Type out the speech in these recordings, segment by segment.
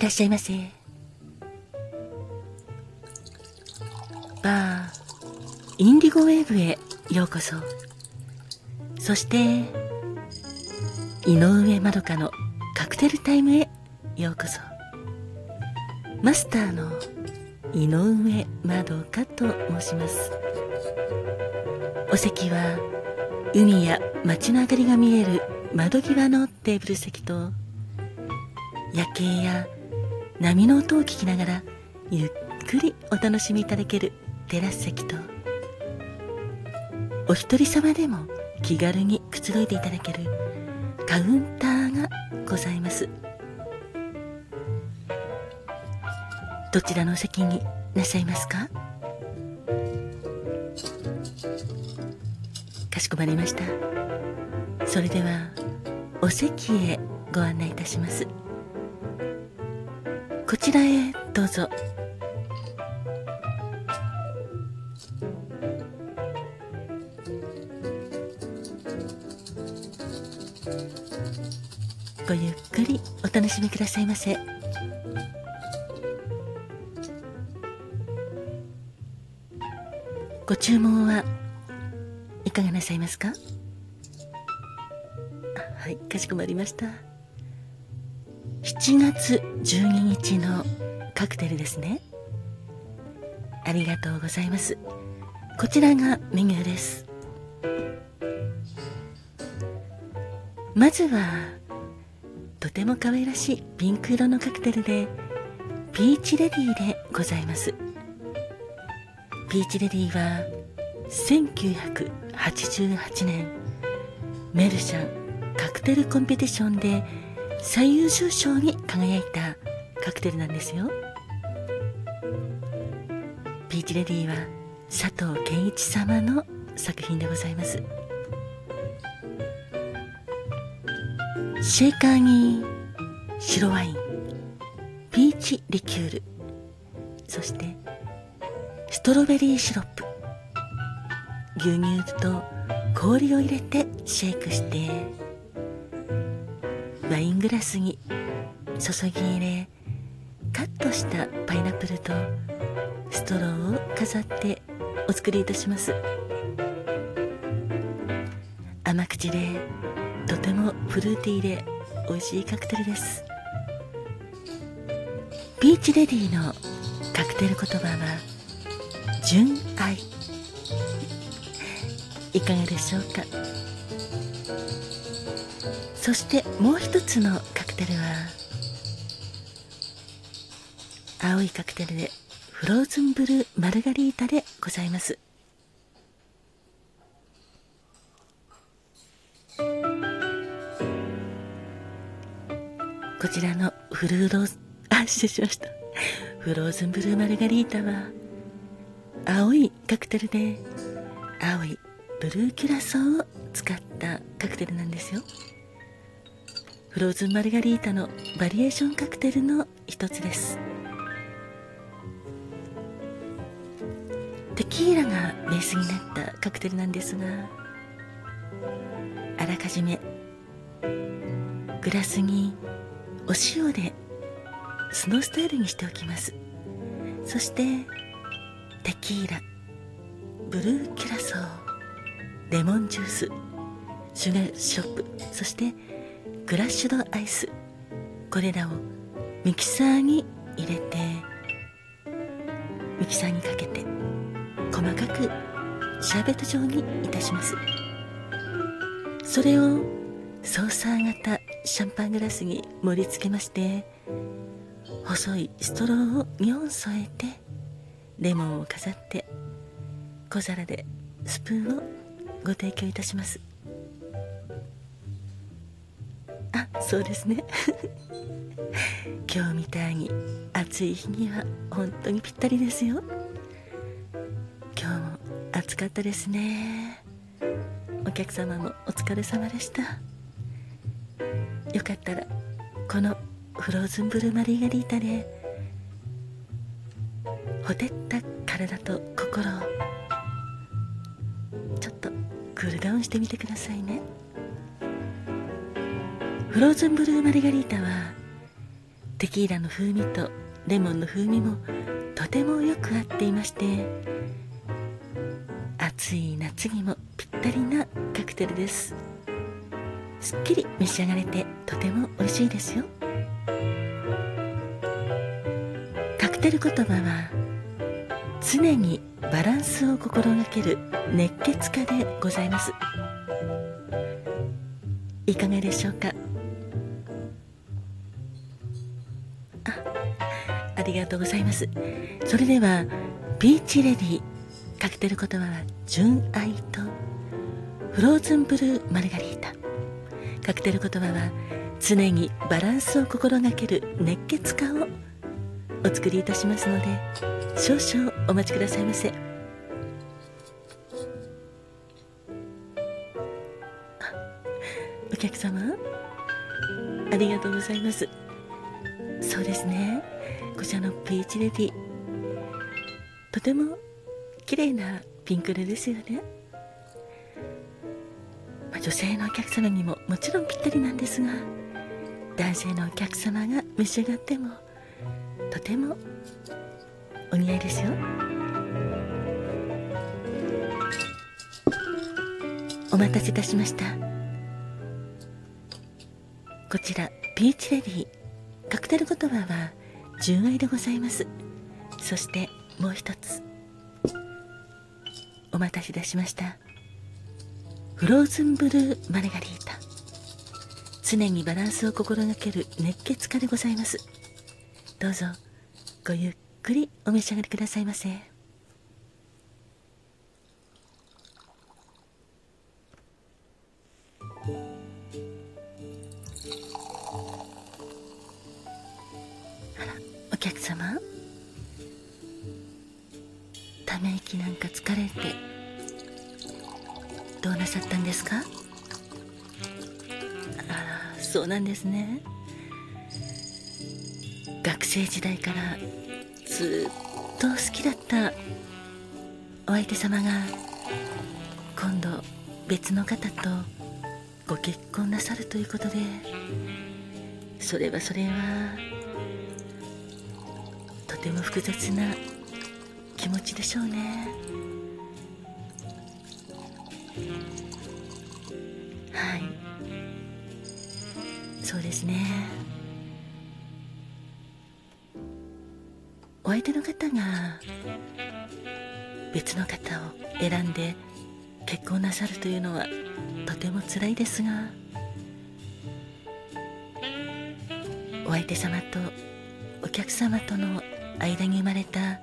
らっしゃいませ。バーインディゴウェーブへようこそ。そして井上まどかのカクテルタイムへようこそ。マスターの井上まどかと申します。お席は海や街の明かりが見える窓際のテーブル席と、夜景や波の音を聞きながらゆっくりお楽しみいただけるテラス席と、お一人様でも気軽にくつろいでいただけるカウンターがございます。どちらのお席になさいますか？かしこまりました。それではお席へご案内いたします。こちらへどうぞ。ごゆっくりお楽しみくださいませ。ご注文はいかがなさいますか？はい、かしこまりました。7月12日のカクテルですね。ありがとうございます。こちらがメニューです。まずはとても可愛らしいピンク色のカクテルで、ピーチレディーでございます。ピーチレディーは1988年メルシャンカクテルコンペティションで最優秀賞に輝いたカクテルなんですよ。ピーチレディーは佐藤健一様の作品でございます。シェーカーに白ワイン、ピーチリキュール、そしてストロベリーシロップ、牛乳と氷を入れてシェイクして、ワイングラスに注ぎ入れ、カットしたパイナップルとストローを飾ってお作りいたします。甘口でとてもフルーティーで美味しいカクテルです。ピーチレディのカクテル言葉は純愛。いかがでしょうか？そしてもう一つのカクテルは青いカクテルでフローズンブルーマルガリータでございます。こちらの失礼しました。フローズンブルーマルガリータは青いカクテルで青いブルーキュラソーを使ったカクテルなんですよ。フローズンマルガリータのバリエーションカクテルの一つです。テキーラがベースになったカクテルなんですが、あらかじめグラスにお塩でスノースタイルにしておきます。そしてテキーラ、ブルーキュラソー、レモンジュース、シュガーショップ、そしてクラッシュドアイス、これらをミキサーに入れて、ミキサーにかけて細かくシャーベット状にいたします。それをソーサー型シャンパングラスに盛り付けまして、細いストローを2本添えて、レモンを飾って小皿でスプーンをご提供いたします。あ、そうですね今日みたいに暑い日には本当にぴったりですよ。今日も暑かったですね。お客様もお疲れ様でした。よかったらこのフローズンブルーマリガリータでほてった体と心をちょっとクールダウンしてみてくださいね。フローズンブルーマリガリータはテキーラの風味とレモンの風味もとてもよく合っていまして、暑い夏にもぴったりなカクテルです。すっきり召し上がれてとても美味しいですよ。カクテル言葉は常にバランスを心がける熱血家でございます。いかがでしょうか。ありがとうございます。それではピーチレディ、カクテル言葉は純愛とフローズンブルーマルガリータ。カクテル言葉は常にバランスを心がける熱血家をお作りいたしますので、少々お待ちくださいませ。お客様、ありがとうございます。そうですね、こちらのピーチレディ、とても綺麗なピンク色ですよね。女性のお客様にももちろんぴったりなんですが、男性のお客様が召し上がってもとてもお似合いですよ。お待たせいたしました。こちらピーチレディ、カクテル言葉は純愛でございます。そしてもう一つお待たせいたしました。フローズンブルーマルガリータ、常にバランスを心がける熱血家でございます。どうぞごゆっくりお召し上がりくださいませ。お客様、ため息なんか疲れてどうなさったんですか。あら、そうなんですね。学生時代からずっと好きだったお相手様が今度別の方とご結婚なさるということで、それはとても複雑な気持ちでしょうね。はい、そうですね。お相手の方が別の方を選んで結婚なさるというのはとても辛いですが、お相手様とお客様との間に生まれた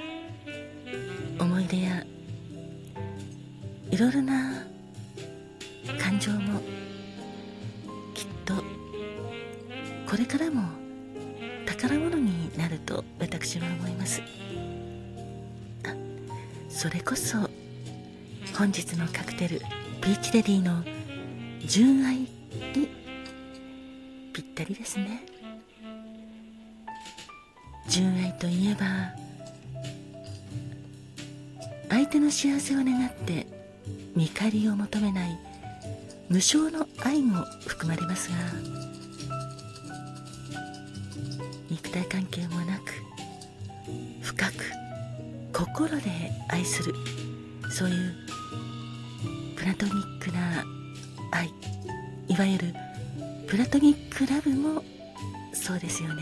思い出やいろいろな感情もきっとこれからも宝物になると私は思います。それこそ本日のカクテルピーチレディの純愛にぴったりですね。純愛といえば相手の幸せを願って見返りを求めない無償の愛も含まれますが、肉体関係もなく深く心で愛する、そういうプラトニックな愛、いわゆるプラトニックラブもそうですよね。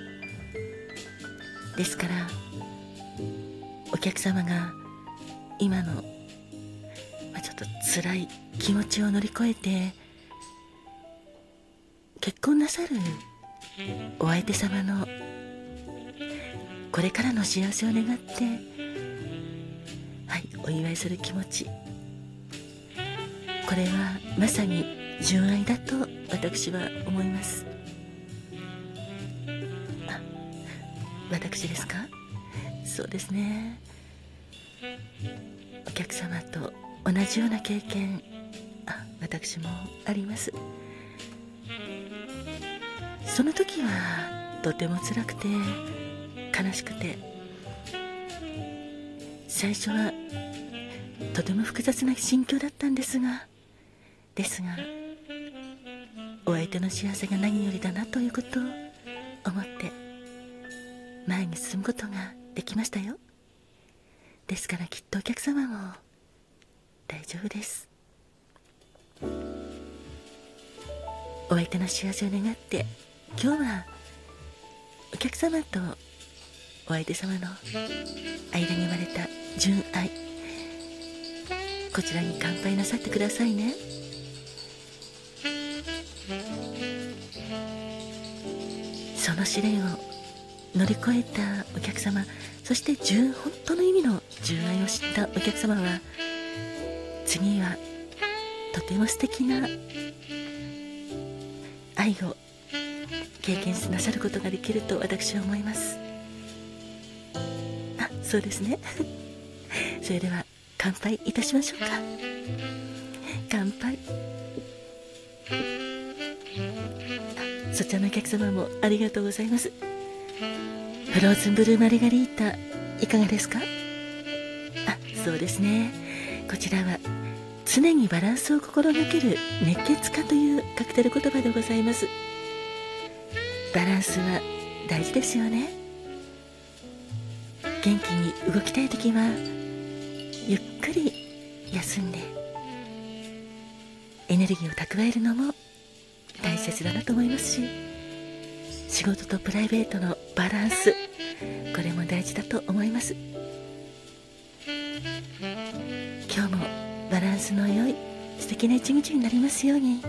ですからお客様が今の、ちょっと辛い気持ちを乗り越えて結婚なさるお相手様のこれからの幸せを願って、はい、お祝いする気持ち、これはまさに純愛だと私は思います。私ですか。そうですね、お客様と同じような経験、私もあります。その時はとても辛くて悲しくて、最初はとても複雑な心境だったんですがお相手の幸せが何よりだなということを思って前に進むことができましたよ。ですからきっとお客様も大丈夫です。お相手の幸せを願って、今日はお客様とお相手様の間に生まれた純愛、こちらに乾杯なさってくださいね。その試練を乗り越えたお客様、そして本当の意味の純愛を知ったお客様は、次はとても素敵な愛を経験なさることができると私は思います。あ、そうですねそれでは乾杯いたしましょうか。乾杯。そちらのお客様もありがとうございます。フローズンブルーマルガリータいかがですか？あ、そうですね、こちらは常にバランスを心がける熱血家というカクテル言葉でございます。バランスは大事ですよね。元気に動きたいときはゆっくり休んでエネルギーを蓄えるのも大切だなと思いますし、仕事とプライベートのバランス、これも大事だと思います。今日もバランスの良い素敵な一日になりますように。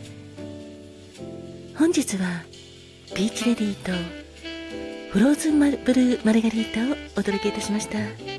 本日はピーチレディーとフローズンブルーマルガリータをお届けいたしました。